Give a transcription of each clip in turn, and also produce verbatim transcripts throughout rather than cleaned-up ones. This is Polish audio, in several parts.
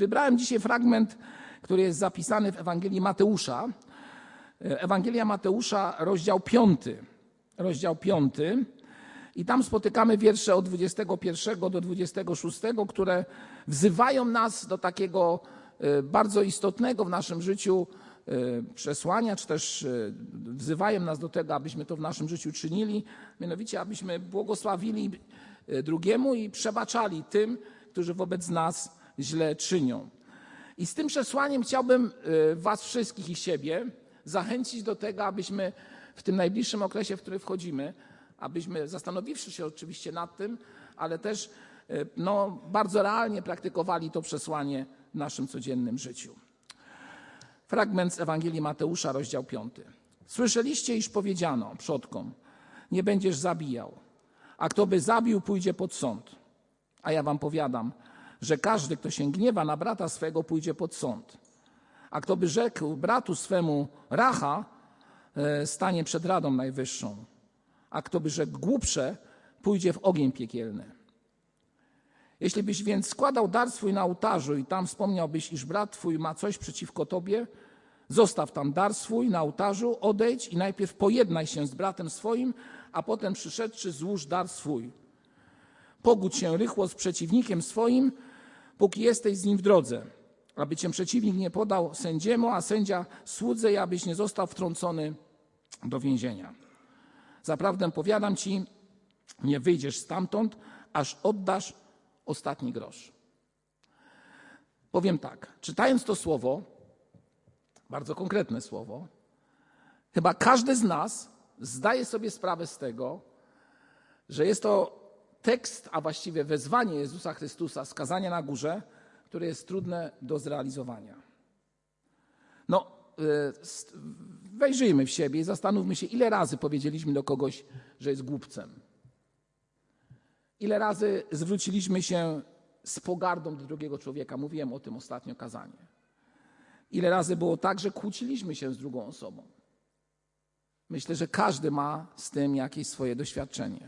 wybrałem dzisiaj fragment, który jest zapisany w Ewangelii Mateusza. Ewangelia Mateusza, rozdział piąty. Rozdział piąty. I tam spotykamy wiersze od dwudziestego pierwszego do dwudziestego szóstego, które wzywają nas do takiego bardzo istotnego w naszym życiu przesłania, czy też wzywają nas do tego, abyśmy to w naszym życiu czynili, mianowicie abyśmy błogosławili drugiemu i przebaczali tym, którzy wobec nas źle czynią. I z tym przesłaniem chciałbym was wszystkich i siebie zachęcić do tego, abyśmy w tym najbliższym okresie, w który wchodzimy, abyśmy zastanowiwszy się oczywiście nad tym, ale też no, bardzo realnie praktykowali to przesłanie w naszym codziennym życiu. Fragment z Ewangelii Mateusza, rozdział piąty. Słyszeliście, iż powiedziano przodkom, nie będziesz zabijał, a kto by zabił, pójdzie pod sąd. A ja wam powiadam, że każdy, kto się gniewa na brata swego, pójdzie pod sąd. A kto by rzekł bratu swemu racha, stanie przed Radą Najwyższą. A kto by rzekł głupsze, pójdzie w ogień piekielny. Jeśli byś więc składał dar swój na ołtarzu i tam wspomniałbyś, iż brat twój ma coś przeciwko tobie, zostaw tam dar swój na ołtarzu, odejdź i najpierw pojednaj się z bratem swoim, a potem przyszedłszy złóż dar swój. Pogódź się rychło z przeciwnikiem swoim, póki jesteś z nim w drodze, aby cię przeciwnik nie podał sędziemu, a sędzia słudze i abyś nie został wtrącony do więzienia. Zaprawdę powiadam ci, nie wyjdziesz stamtąd, aż oddasz ostatni grosz. Powiem tak, czytając to słowo, bardzo konkretne słowo, chyba każdy z nas zdaje sobie sprawę z tego, że jest to tekst, a właściwie wezwanie Jezusa Chrystusa, skazanie na górze, które jest trudne do zrealizowania. No, wejrzyjmy w siebie i zastanówmy się, ile razy powiedzieliśmy do kogoś, że jest głupcem. Ile razy zwróciliśmy się z pogardą do drugiego człowieka. Mówiłem o tym ostatnio kazanie. Ile razy było tak, że kłóciliśmy się z drugą osobą. Myślę, że każdy ma z tym jakieś swoje doświadczenie.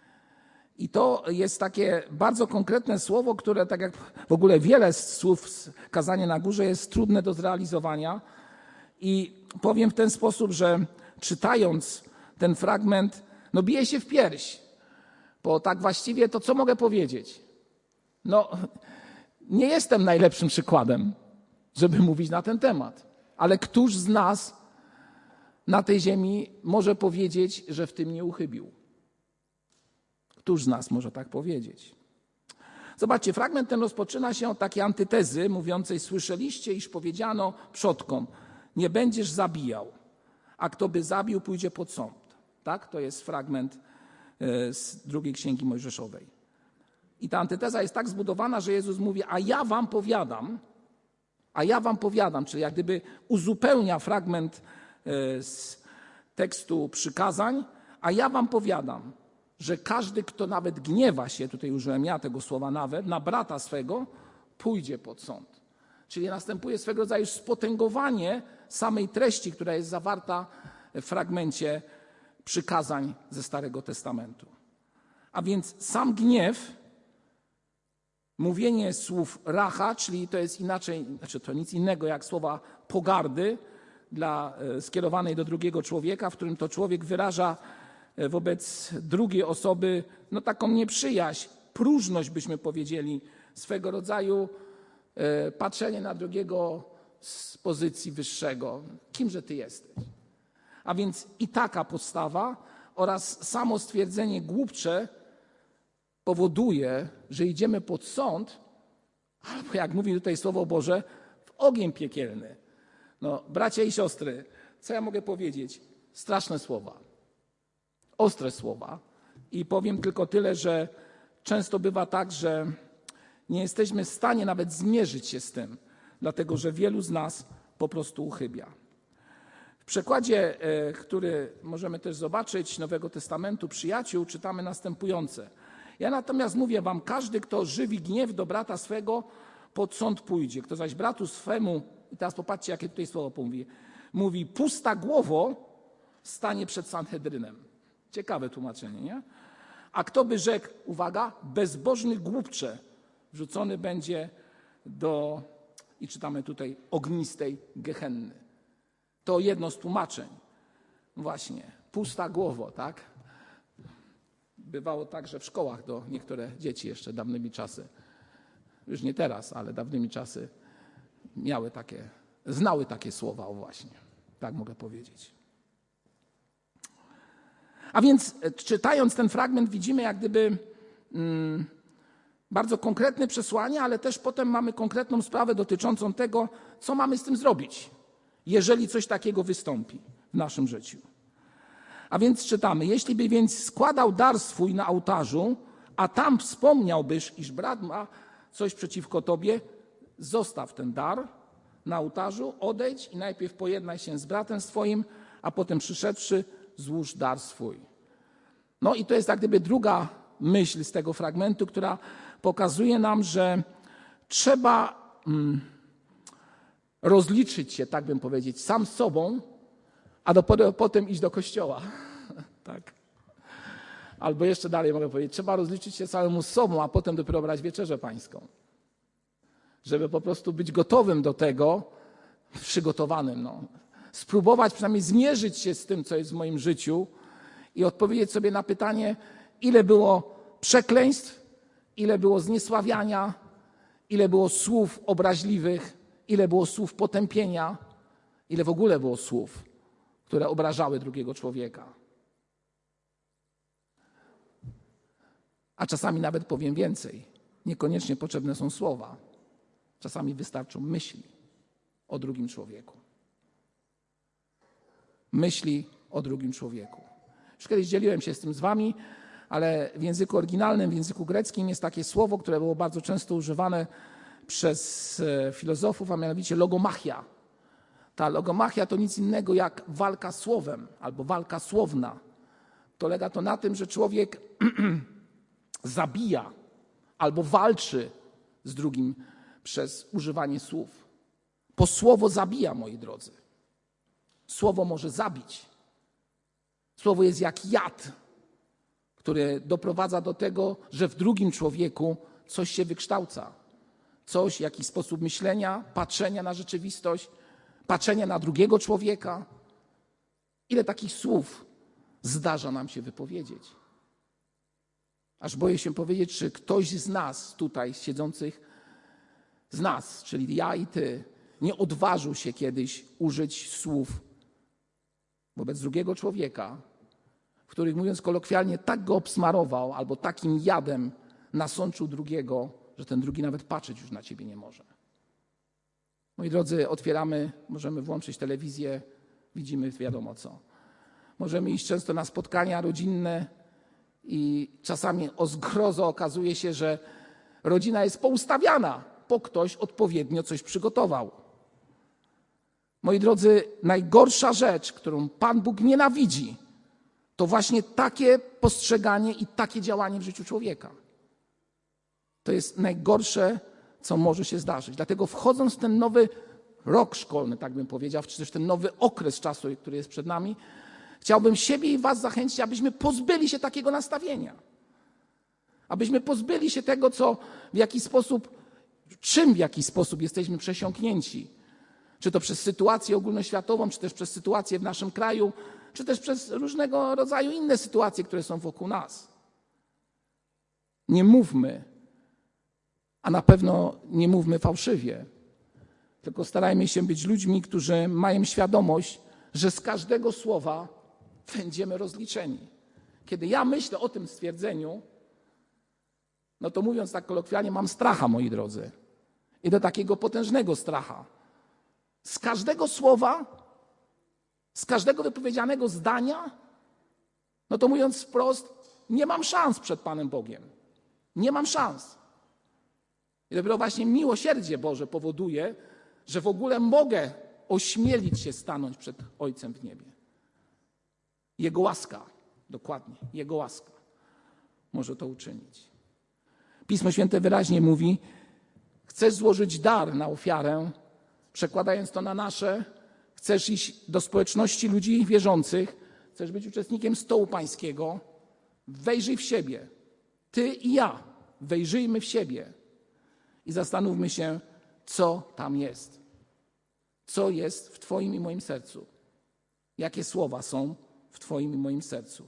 I to jest takie bardzo konkretne słowo, które tak jak w ogóle wiele słów z kazania na górze jest trudne do zrealizowania. I powiem w ten sposób, że czytając ten fragment, no bije się w pierś. Bo tak właściwie to co mogę powiedzieć? No, nie jestem najlepszym przykładem, żeby mówić na ten temat. Ale któż z nas na tej ziemi może powiedzieć, że w tym nie uchybił? Któż z nas może tak powiedzieć? Zobaczcie, fragment ten rozpoczyna się od takiej antytezy mówiącej: słyszeliście, iż powiedziano przodkom, nie będziesz zabijał, a kto by zabił, pójdzie pod sąd. Tak? To jest fragment z drugiej Księgi Mojżeszowej. I ta antyteza jest tak zbudowana, że Jezus mówi, a ja wam powiadam, a ja wam powiadam, czyli jak gdyby uzupełnia fragment z tekstu przykazań, a ja wam powiadam, że każdy, kto nawet gniewa się, tutaj użyłem ja tego słowa nawet, na brata swego, pójdzie pod sąd. Czyli następuje swego rodzaju spotęgowanie samej treści, która jest zawarta w fragmencie przykazań ze Starego Testamentu. A więc sam gniew, mówienie słów racha, czyli to jest inaczej, znaczy to nic innego jak słowa pogardy dla, skierowanej do drugiego człowieka, w którym to człowiek wyraża wobec drugiej osoby no taką nieprzyjaźń, próżność byśmy powiedzieli, swego rodzaju e, patrzenie na drugiego z pozycji wyższego. Kimże ty jesteś? A więc i taka postawa oraz samo stwierdzenie głupcze powoduje, że idziemy pod sąd, albo jak mówi tutaj Słowo Boże, w ogień piekielny. No, bracia i siostry, co ja mogę powiedzieć? Straszne słowa. Ostre słowa. I powiem tylko tyle, że często bywa tak, że nie jesteśmy w stanie nawet zmierzyć się z tym, dlatego że wielu z nas po prostu uchybia. W przekładzie, który możemy też zobaczyć, Nowego Testamentu, Przyjaciół, czytamy następujące. Ja natomiast mówię wam, każdy, kto żywi gniew do brata swego, pod sąd pójdzie. Kto zaś bratu swemu, i teraz popatrzcie, jakie tutaj słowo mówi, mówi pusta głowo, stanie przed Sanhedrynem. Ciekawe tłumaczenie, nie? A kto by rzekł, uwaga, bezbożny głupcze, wrzucony będzie do i czytamy tutaj ognistej gehenny. To jedno z tłumaczeń. Właśnie, pusta głowo, tak? Bywało tak, że w szkołach do niektóre dzieci jeszcze dawnymi czasy, już nie teraz, ale dawnymi czasy miały takie, znały takie słowa, o właśnie, tak mogę powiedzieć. A więc czytając ten fragment widzimy jak gdyby mm, bardzo konkretne przesłanie, ale też potem mamy konkretną sprawę dotyczącą tego, co mamy z tym zrobić, jeżeli coś takiego wystąpi w naszym życiu. A więc czytamy, jeśli by więc składał dar swój na ołtarzu, a tam wspomniałbyś, iż brat ma coś przeciwko tobie, zostaw ten dar na ołtarzu, odejdź i najpierw pojednaj się z bratem swoim, a potem przyszedłszy, złóż dar swój. No i to jest jak gdyby druga myśl z tego fragmentu, która pokazuje nam, że trzeba mm, rozliczyć się, tak bym powiedzieć, sam z sobą, a dopiero potem iść do kościoła. Tak. Albo jeszcze dalej mogę powiedzieć, trzeba rozliczyć się samemu z sobą, a potem dopiero brać wieczerzę pańską. Żeby po prostu być gotowym do tego, przygotowanym. No. Spróbować przynajmniej zmierzyć się z tym, co jest w moim życiu i odpowiedzieć sobie na pytanie, ile było przekleństw, ile było zniesławiania, ile było słów obraźliwych, ile było słów potępienia, ile w ogóle było słów, które obrażały drugiego człowieka. A czasami nawet powiem więcej. Niekoniecznie potrzebne są słowa. Czasami wystarczą myśli o drugim człowieku. Myśli o drugim człowieku. Już kiedyś dzieliłem się z tym z wami, ale w języku oryginalnym, w języku greckim jest takie słowo, które było bardzo często używane przez filozofów, a mianowicie logomachia. Ta logomachia to nic innego jak walka słowem albo walka słowna. Polega to na tym, że człowiek zabija albo walczy z drugim przez używanie słów. Bo słowo zabija, moi drodzy. Słowo może zabić. Słowo jest jak jad, który doprowadza do tego, że w drugim człowieku coś się wykształca. Coś, jakiś sposób myślenia, patrzenia na rzeczywistość, patrzenia na drugiego człowieka. Ile takich słów zdarza nam się wypowiedzieć? Aż boję się powiedzieć, czy ktoś z nas tutaj siedzących, z nas, czyli ja i ty, nie odważył się kiedyś użyć słów wobec drugiego człowieka, w których, mówiąc kolokwialnie, tak go obsmarował albo takim jadem nasączył drugiego, że ten drugi nawet patrzeć już na ciebie nie może. Moi drodzy, otwieramy, możemy włączyć telewizję, widzimy wiadomo co. Możemy iść często na spotkania rodzinne i czasami o zgrozo okazuje się, że rodzina jest poustawiana, bo ktoś odpowiednio coś przygotował. Moi drodzy, najgorsza rzecz, którą Pan Bóg nienawidzi, to właśnie takie postrzeganie i takie działanie w życiu człowieka. To jest najgorsze, co może się zdarzyć. Dlatego wchodząc w ten nowy rok szkolny, tak bym powiedział, czy też ten nowy okres czasu, który jest przed nami, chciałbym siebie i was zachęcić, abyśmy pozbyli się takiego nastawienia. Abyśmy pozbyli się tego, co w jakiś sposób, czym w jakiś sposób jesteśmy przesiąknięci. Czy to przez sytuację ogólnoświatową, czy też przez sytuację w naszym kraju, czy też przez różnego rodzaju inne sytuacje, które są wokół nas. Nie mówmy, a na pewno nie mówmy fałszywie, tylko starajmy się być ludźmi, którzy mają świadomość, że z każdego słowa będziemy rozliczeni. Kiedy ja myślę o tym stwierdzeniu, no to mówiąc tak kolokwialnie, mam stracha, moi drodzy. I do takiego potężnego stracha. Z każdego słowa, z każdego wypowiedzianego zdania, no to mówiąc wprost, nie mam szans przed Panem Bogiem. Nie mam szans. I dopiero właśnie miłosierdzie Boże powoduje, że w ogóle mogę ośmielić się stanąć przed Ojcem w niebie. Jego łaska, dokładnie, Jego łaska może to uczynić. Pismo Święte wyraźnie mówi, chcesz złożyć dar na ofiarę, przekładając to na nasze, chcesz iść do społeczności ludzi wierzących, chcesz być uczestnikiem stołu pańskiego, wejrzyj w siebie. Ty i ja, wejrzyjmy w siebie i zastanówmy się, co tam jest. Co jest w Twoim i moim sercu. Jakie słowa są w Twoim i moim sercu.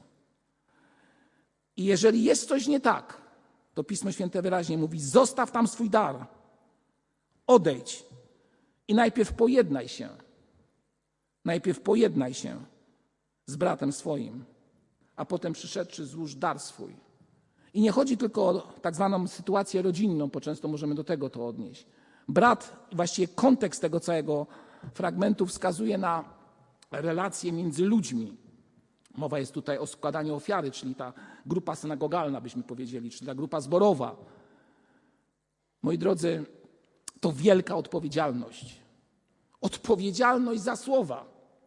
I jeżeli jest coś nie tak, to Pismo Święte wyraźnie mówi, zostaw tam swój dar, odejdź i najpierw pojednaj się. Najpierw pojednaj się z bratem swoim, a potem przyszedłszy złóż dar swój. I nie chodzi tylko o tak zwaną sytuację rodzinną, bo często możemy do tego to odnieść. Brat, właściwie kontekst tego całego fragmentu wskazuje na relacje między ludźmi. Mowa jest tutaj o składaniu ofiary, czyli ta grupa synagogalna, byśmy powiedzieli, czyli ta grupa zborowa. Moi drodzy, to wielka odpowiedzialność. Odpowiedzialność za słowa.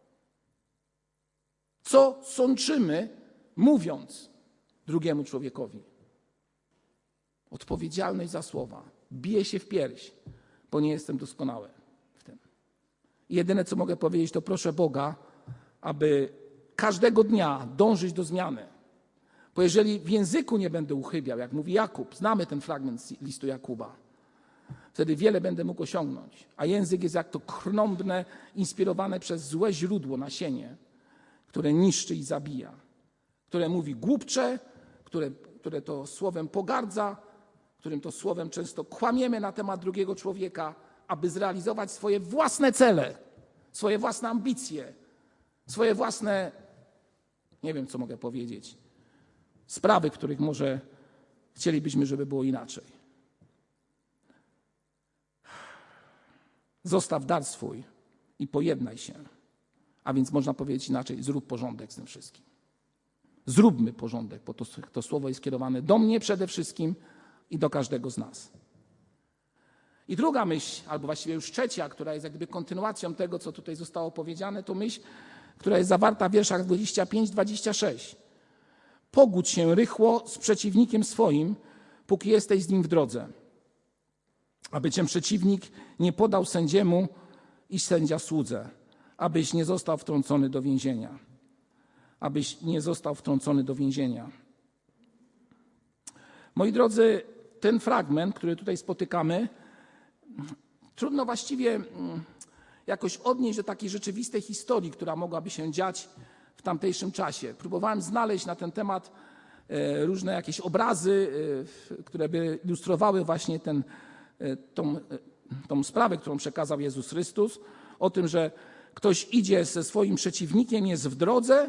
Co sączymy, mówiąc drugiemu człowiekowi? Odpowiedzialność za słowa. Biję się w pierś, bo nie jestem doskonały w tym. I jedyne, co mogę powiedzieć, to proszę Boga, aby każdego dnia dążyć do zmiany. Bo jeżeli w języku nie będę uchybiał, jak mówi Jakub, znamy ten fragment z listu Jakuba, wtedy wiele będę mógł osiągnąć. A język jest jak to krnąbne, inspirowane przez złe źródło nasienie, które niszczy i zabija, które mówi głupcze, które, które to słowem pogardza, którym to słowem często kłamiemy na temat drugiego człowieka, aby zrealizować swoje własne cele, swoje własne ambicje, swoje własne, nie wiem co mogę powiedzieć, sprawy, których może chcielibyśmy, żeby było inaczej. Zostaw dar swój i pojednaj się. A więc można powiedzieć inaczej, zrób porządek z tym wszystkim. Zróbmy porządek, bo to, to słowo jest skierowane do mnie przede wszystkim i do każdego z nas. I druga myśl, albo właściwie już trzecia, która jest jak gdyby kontynuacją tego, co tutaj zostało powiedziane, to myśl, która jest zawarta w wierszach dwudziestym piątym do dwudziestego szóstego. Pogódź się rychło z przeciwnikiem swoim, póki jesteś z nim w drodze, aby cię przeciwnik nie podał sędziemu i sędzia słudze, abyś nie został wtrącony do więzienia. Abyś nie został wtrącony do więzienia. Moi drodzy, ten fragment, który tutaj spotykamy, trudno właściwie jakoś odnieść do takiej rzeczywistej historii, która mogłaby się dziać w tamtejszym czasie. Próbowałem znaleźć na ten temat różne jakieś obrazy, które by ilustrowały właśnie ten, tą, tą sprawę, którą przekazał Jezus Chrystus, o tym, że ktoś idzie ze swoim przeciwnikiem, jest w drodze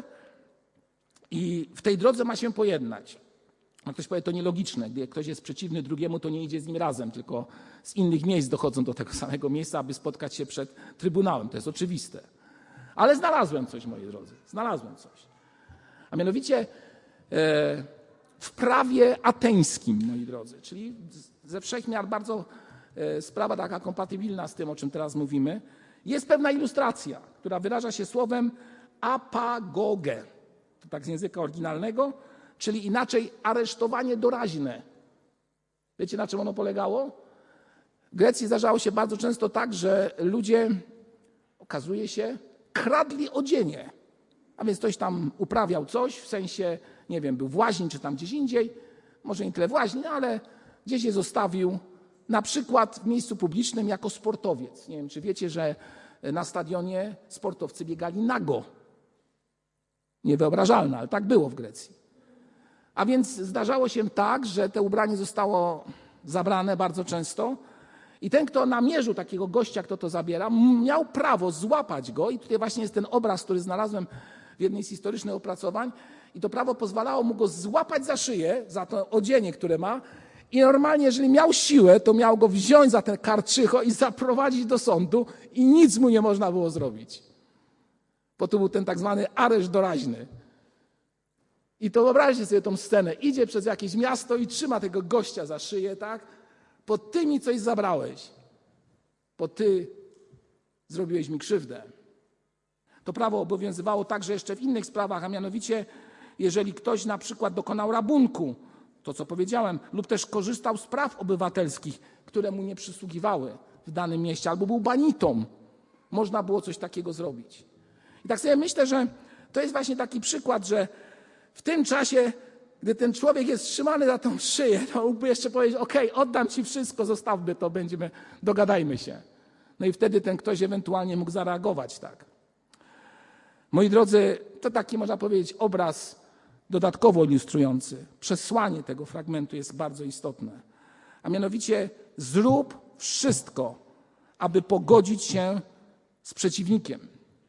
i w tej drodze ma się pojednać. A ktoś powie, to nielogiczne. Gdy ktoś jest przeciwny drugiemu, to nie idzie z nim razem, tylko z innych miejsc dochodzą do tego samego miejsca, aby spotkać się przed trybunałem. To jest oczywiste. Ale znalazłem coś, moi drodzy. Znalazłem coś. A mianowicie e, w prawie ateńskim, moi drodzy, czyli ze wszechmiar bardzo e, sprawa taka kompatybilna z tym, o czym teraz mówimy, jest pewna ilustracja, która wyraża się słowem apagoge. To tak z języka oryginalnego, czyli inaczej aresztowanie doraźne. Wiecie, na czym ono polegało? W Grecji zdarzało się bardzo często tak, że ludzie, okazuje się, kradli odzienie. A więc ktoś tam uprawiał coś, w sensie, nie wiem, był w łaźni czy tam gdzieś indziej, może nie tyle w łaźni, ale gdzieś je zostawił, na przykład w miejscu publicznym jako sportowiec. Nie wiem, czy wiecie, że na stadionie sportowcy biegali nago. Niewyobrażalne, ale tak było w Grecji. A więc zdarzało się tak, że te ubranie zostało zabrane bardzo często i ten, kto namierzył takiego gościa, kto to zabiera, miał prawo złapać go i tutaj właśnie jest ten obraz, który znalazłem w jednej z historycznych opracowań i to prawo pozwalało mu go złapać za szyję, za to odzienie, które ma i normalnie, jeżeli miał siłę, to miał go wziąć za ten karczycho i zaprowadzić do sądu i nic mu nie można było zrobić. Bo to był ten tak zwany areszt doraźny. I to wyobraźcie sobie tą scenę. Idzie przez jakieś miasto i trzyma tego gościa za szyję, tak? Bo ty mi coś zabrałeś. Bo ty zrobiłeś mi krzywdę. To prawo obowiązywało także jeszcze w innych sprawach, a mianowicie jeżeli ktoś na przykład dokonał rabunku, to co powiedziałem, lub też korzystał z praw obywatelskich, które mu nie przysługiwały w danym mieście, albo był banitą, można było coś takiego zrobić. I tak sobie myślę, że to jest właśnie taki przykład, że w tym czasie, Gdy ten człowiek jest trzymany za tą szyję, to mógłby jeszcze powiedzieć, okej, oddam ci wszystko, zostawmy to, będziemy, dogadajmy się. No i wtedy ten ktoś ewentualnie mógł zareagować tak. Moi drodzy, to taki, można powiedzieć, obraz dodatkowo ilustrujący. Przesłanie tego fragmentu jest bardzo istotne. A mianowicie zrób wszystko, aby pogodzić się z przeciwnikiem.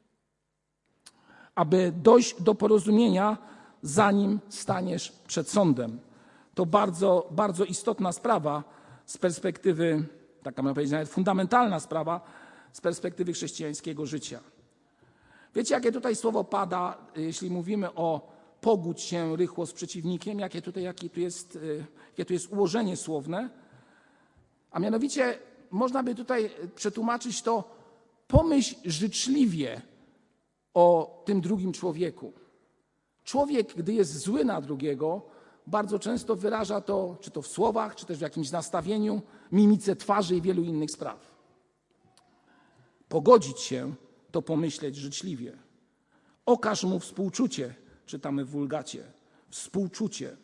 Aby dojść do porozumienia, zanim staniesz przed sądem. To bardzo, bardzo istotna sprawa z perspektywy, taka można powiedzieć nawet fundamentalna sprawa z perspektywy chrześcijańskiego życia. Wiecie, jakie tutaj słowo pada, jeśli mówimy o pogódź się rychło z przeciwnikiem, jakie tutaj, jakie tu jest, jakie tu jest ułożenie słowne? A mianowicie można by tutaj przetłumaczyć to pomyśl życzliwie o tym drugim człowieku. Człowiek, gdy jest zły na drugiego, bardzo często wyraża to, czy to w słowach, czy też w jakimś nastawieniu, mimice twarzy i wielu innych spraw. Pogodzić się to pomyśleć życzliwie. Okaż mu współczucie, czytamy w Wulgacie. Współczucie.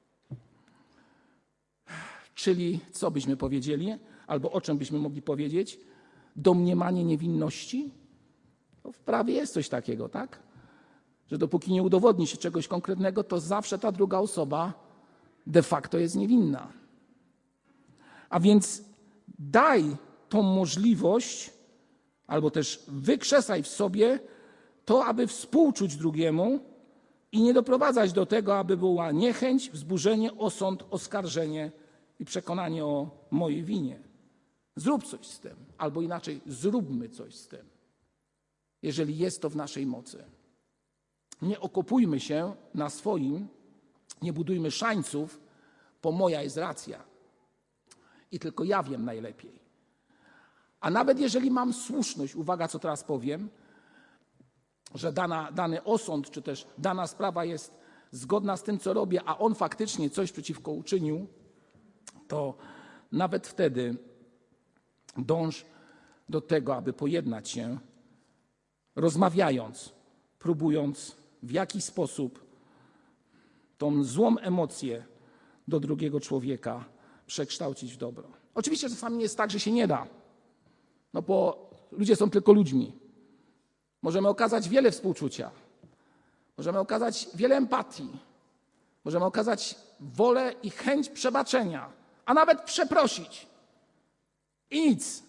Czyli co byśmy powiedzieli, albo o czym byśmy mogli powiedzieć? Domniemanie niewinności? No w prawie jest coś takiego, tak? Że dopóki nie udowodni się czegoś konkretnego, to zawsze ta druga osoba de facto jest niewinna. A więc daj tą możliwość, albo też wykrzesaj w sobie to, aby współczuć drugiemu i nie doprowadzać do tego, aby była niechęć, wzburzenie, osąd, oskarżenie i przekonanie o mojej winie. Zrób coś z tym, albo inaczej, zróbmy coś z tym, jeżeli jest to w naszej mocy. Nie okopujmy się na swoim, nie budujmy szańców, bo moja jest racja i tylko ja wiem najlepiej. A nawet jeżeli mam słuszność, uwaga, co teraz powiem, że dana, dany osąd, czy też dana sprawa jest zgodna z tym, co robię, a on faktycznie coś przeciwko uczynił, to nawet wtedy dąż do tego, aby pojednać się, rozmawiając, próbując w jakiś sposób tą złą emocję do drugiego człowieka przekształcić w dobro. Oczywiście czasami jest tak, że się nie da, no bo ludzie są tylko ludźmi. Możemy okazać wiele współczucia, możemy okazać wiele empatii, możemy okazać wolę i chęć przebaczenia, a nawet przeprosić. I nic.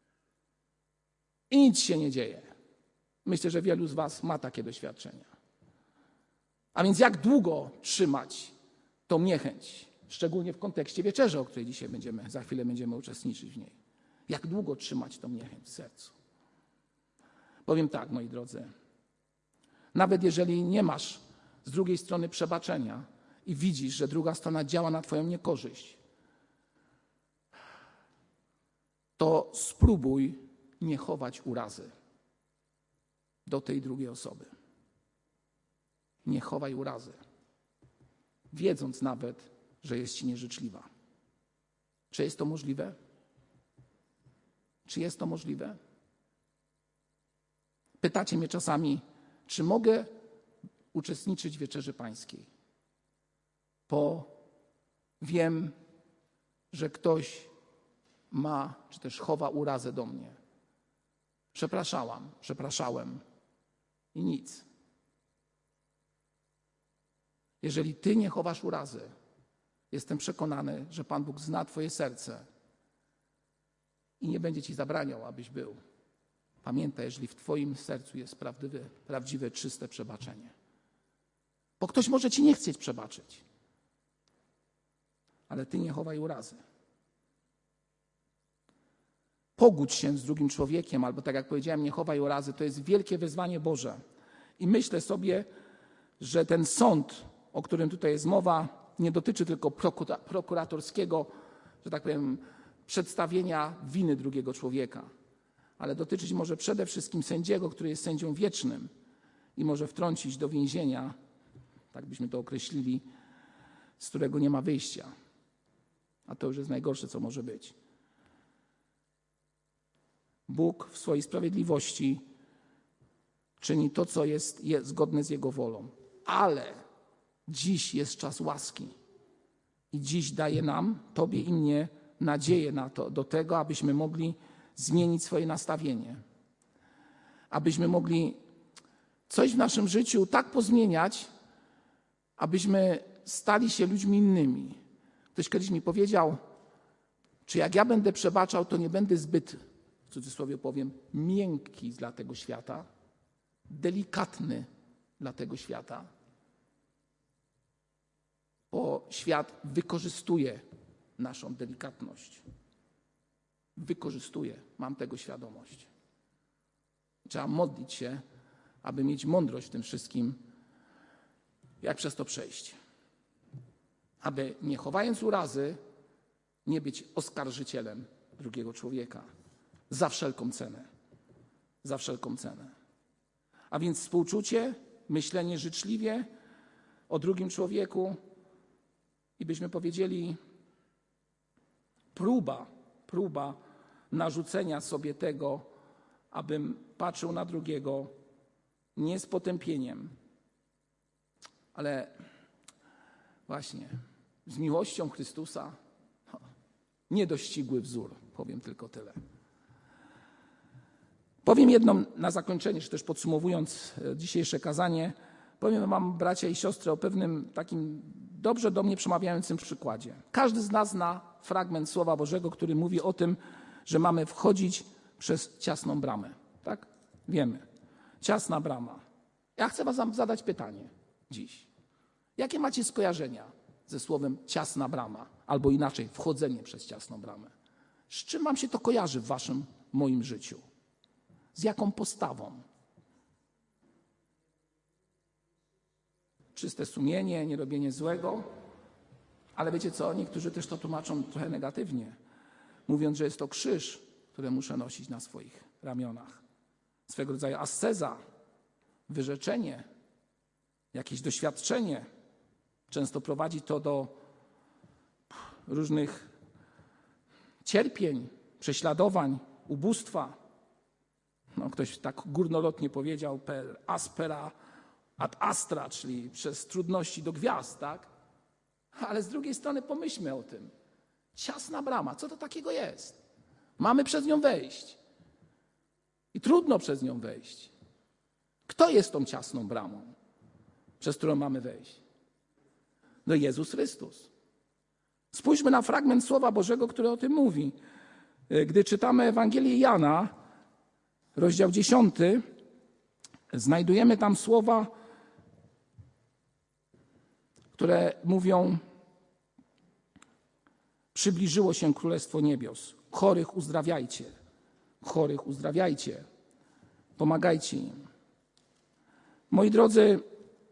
I nic się nie dzieje. Myślę, że wielu z was ma takie doświadczenia. A więc jak długo trzymać tą niechęć? Szczególnie w kontekście wieczerzy, o której dzisiaj będziemy, za chwilę będziemy uczestniczyć w niej. Jak długo trzymać tą niechęć w sercu? Powiem tak, moi drodzy. Nawet jeżeli nie masz z drugiej strony przebaczenia i widzisz, że druga strona działa na twoją niekorzyść, to spróbuj nie chować urazy do tej drugiej osoby. Nie chowaj urazy, wiedząc nawet, że jest ci nieżyczliwa. Czy jest to możliwe? Czy jest to możliwe? Pytacie mnie czasami, czy mogę uczestniczyć w Wieczerzy Pańskiej, bo wiem, że ktoś ma, czy też chowa urazę do mnie. Przepraszałam, przepraszałem i nic. Jeżeli ty nie chowasz urazy, jestem przekonany, że Pan Bóg zna twoje serce i nie będzie ci zabraniał, abyś był. Pamiętaj, jeżeli w twoim sercu jest prawdziwe, prawdziwe, czyste przebaczenie. Bo ktoś może ci nie chcieć przebaczyć, ale ty nie chowaj urazy. Pogódź się z drugim człowiekiem, albo tak jak powiedziałem, nie chowaj urazy. To jest wielkie wyzwanie Boże. I myślę sobie, że ten sąd, o którym tutaj jest mowa, nie dotyczy tylko prokuratorskiego, że tak powiem, przedstawienia winy drugiego człowieka, ale dotyczyć może przede wszystkim sędziego, który jest sędzią wiecznym i może wtrącić do więzienia, tak byśmy to określili, z którego nie ma wyjścia. A to już jest najgorsze, co może być. Bóg w swojej sprawiedliwości czyni to, co jest, jest zgodne z Jego wolą. Ale Dziś jest czas łaski. I dziś daje nam, tobie i mnie, nadzieję na to, do tego, abyśmy mogli zmienić swoje nastawienie. Abyśmy mogli coś w naszym życiu tak pozmieniać, abyśmy stali się ludźmi innymi. Ktoś kiedyś mi powiedział, czy jak ja będę przebaczał, to nie będę zbyt, w cudzysłowie powiem, miękki dla tego świata, delikatny dla tego świata. Bo świat wykorzystuje naszą delikatność. Wykorzystuje, mam tego świadomość. Trzeba modlić się, aby mieć mądrość w tym wszystkim, jak przez to przejść. Aby nie chowając urazy, nie być oskarżycielem drugiego człowieka. Za wszelką cenę. Za wszelką cenę. A więc współczucie, myślenie życzliwie o drugim człowieku i byśmy powiedzieli próba, próba narzucenia sobie tego, abym patrzył na drugiego nie z potępieniem, ale właśnie z miłością Chrystusa. Niedościgły wzór, powiem tylko tyle. Powiem jedno na zakończenie, czy też podsumowując dzisiejsze kazanie, powiem wam, bracia i siostry, o pewnym takim dobrze do mnie przemawiającym przykładzie. Każdy z nas zna fragment Słowa Bożego, który mówi o tym, że mamy wchodzić przez ciasną bramę. Tak? Wiemy. Ciasna brama. Ja chcę wam zadać pytanie dziś. Jakie macie skojarzenia ze słowem ciasna brama? Albo inaczej, wchodzenie przez ciasną bramę. Z czym wam się to kojarzy w waszym, moim życiu? Z jaką postawą? Czyste sumienie, nie robienie złego. Ale wiecie co? Niektórzy też to tłumaczą trochę negatywnie, mówiąc, że jest to krzyż, który muszę nosić na swoich ramionach. Swego rodzaju asceza, wyrzeczenie, jakieś doświadczenie. Często prowadzi to do różnych cierpień, prześladowań, ubóstwa. No, ktoś tak górnolotnie powiedział per aspera ad astra, czyli przez trudności do gwiazd, tak? Ale z drugiej strony pomyślmy o tym. Ciasna brama, co to takiego jest? Mamy przez nią wejść. I trudno przez nią wejść. Kto jest tą ciasną bramą, przez którą mamy wejść? No Jezus Chrystus. Spójrzmy na fragment Słowa Bożego, który o tym mówi. Gdy czytamy Ewangelię Jana, rozdział dziesiąty, znajdujemy tam słowa, które mówią: przybliżyło się Królestwo Niebios. Chorych uzdrawiajcie. Chorych uzdrawiajcie. Pomagajcie im. Moi drodzy,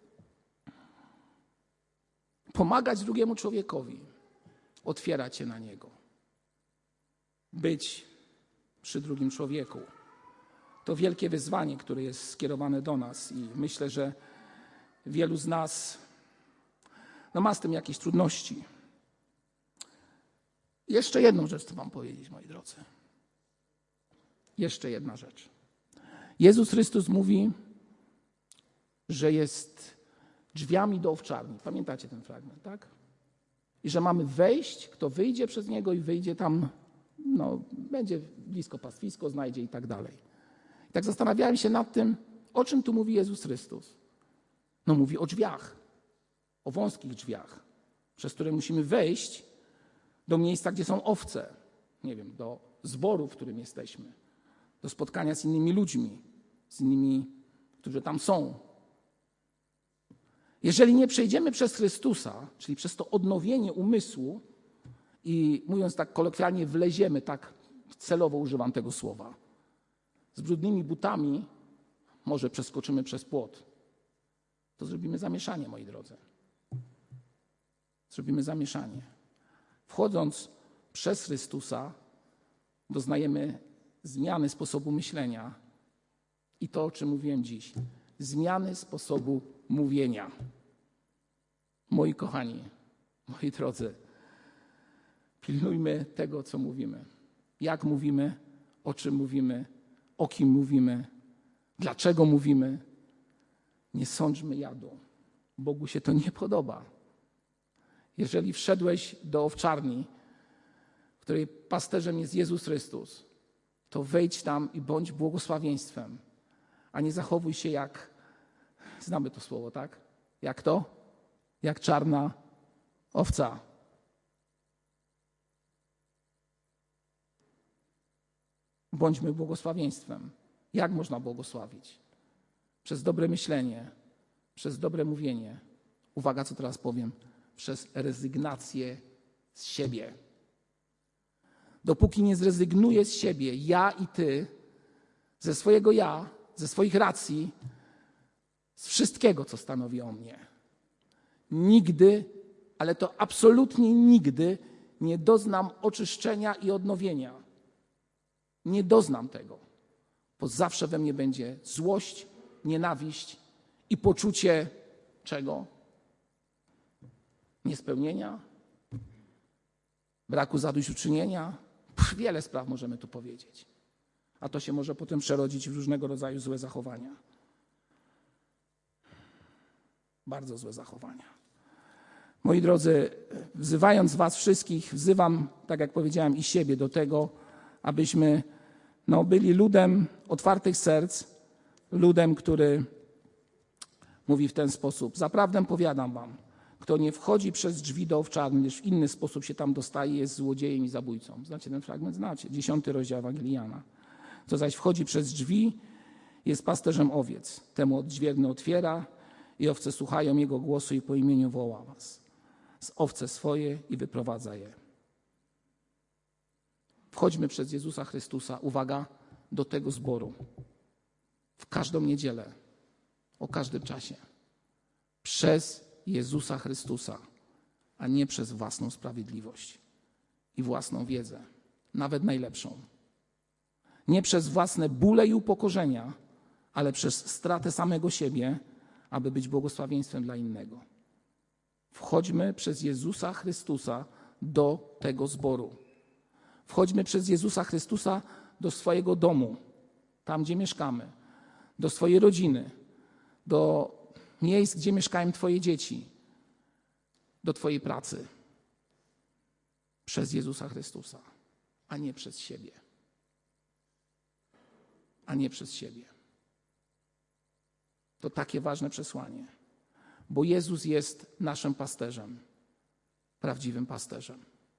pomagać drugiemu człowiekowi, otwierać się na niego, być przy drugim człowieku. To wielkie wyzwanie, które jest skierowane do nas i myślę, że wielu z nas no, ma z tym jakieś trudności. Jeszcze jedną rzecz chcę wam powiedzieć, moi drodzy. Jeszcze jedna rzecz. Jezus Chrystus mówi, że jest drzwiami do owczarni. Pamiętacie ten fragment, tak? I że mamy wejść, kto wyjdzie przez niego i wyjdzie tam, no, będzie blisko pastwisko, znajdzie i tak dalej. I tak zastanawiałem się nad tym, o czym tu mówi Jezus Chrystus. No mówi o drzwiach, o wąskich drzwiach, przez które musimy wejść do miejsca, gdzie są owce. Nie wiem, do zboru, w którym jesteśmy. Do spotkania z innymi ludźmi, z innymi, którzy tam są. Jeżeli nie przejdziemy przez Chrystusa, czyli przez to odnowienie umysłu i mówiąc tak kolokwialnie, wleziemy, tak celowo używam tego słowa, z brudnymi butami, może przeskoczymy przez płot, to zrobimy zamieszanie, moi drodzy. Zrobimy zamieszanie. Wchodząc przez Chrystusa, doznajemy zmiany sposobu myślenia i to, o czym mówiłem dziś, zmiany sposobu mówienia. Moi kochani, moi drodzy, pilnujmy tego, co mówimy. Jak mówimy, o czym mówimy, o kim mówimy, dlaczego mówimy. Nie sądźmy jadu. Bogu się to nie podoba. Jeżeli wszedłeś do owczarni, w której pasterzem jest Jezus Chrystus, to wejdź tam i bądź błogosławieństwem, a nie zachowuj się jak, znamy to słowo, tak? Jak to? Jak czarna owca. Bądźmy błogosławieństwem. Jak można błogosławić? Przez dobre myślenie, przez dobre mówienie. Uwaga, co teraz powiem. Przez rezygnację z siebie. Dopóki nie zrezygnuję z siebie, ja i ty, ze swojego ja, ze swoich racji, z wszystkiego, co stanowi o mnie, nigdy, ale to absolutnie nigdy nie doznam oczyszczenia i odnowienia. Nie doznam tego, bo zawsze we mnie będzie złość, nienawiść i poczucie czego? Niespełnienia, braku zadośćuczynienia. Pff, wiele spraw możemy tu powiedzieć. A to się może potem przerodzić w różnego rodzaju złe zachowania. Bardzo złe zachowania. Moi drodzy, wzywając was wszystkich, wzywam, tak jak powiedziałem, i siebie do tego, abyśmy no, byli ludem otwartych serc, ludem, który mówi w ten sposób. Zaprawdę powiadam wam, kto nie wchodzi przez drzwi do owczarni, lecz w inny sposób się tam dostaje, jest złodziejem i zabójcą. Znacie ten fragment? Znacie. Dziesiąty rozdział Ewangelii Jana. Kto zaś wchodzi przez drzwi, jest pasterzem owiec. Temu odźwierny otwiera i owce słuchają jego głosu i po imieniu woła was. Z owce swoje i wyprowadza je. Wchodźmy przez Jezusa Chrystusa, uwaga, do tego zboru. W każdą niedzielę, o każdym czasie. Przez Jezusa Chrystusa, a nie przez własną sprawiedliwość i własną wiedzę, nawet najlepszą. Nie przez własne bóle i upokorzenia, ale przez stratę samego siebie, aby być błogosławieństwem dla innego. Wchodźmy przez Jezusa Chrystusa do tego zboru. Wchodźmy przez Jezusa Chrystusa do swojego domu, tam gdzie mieszkamy, do swojej rodziny, do miejsc, gdzie mieszkają twoje dzieci, do twojej pracy. Przez Jezusa Chrystusa, a nie przez siebie. A nie przez siebie. To takie ważne przesłanie, bo Jezus jest naszym pasterzem, prawdziwym pasterzem.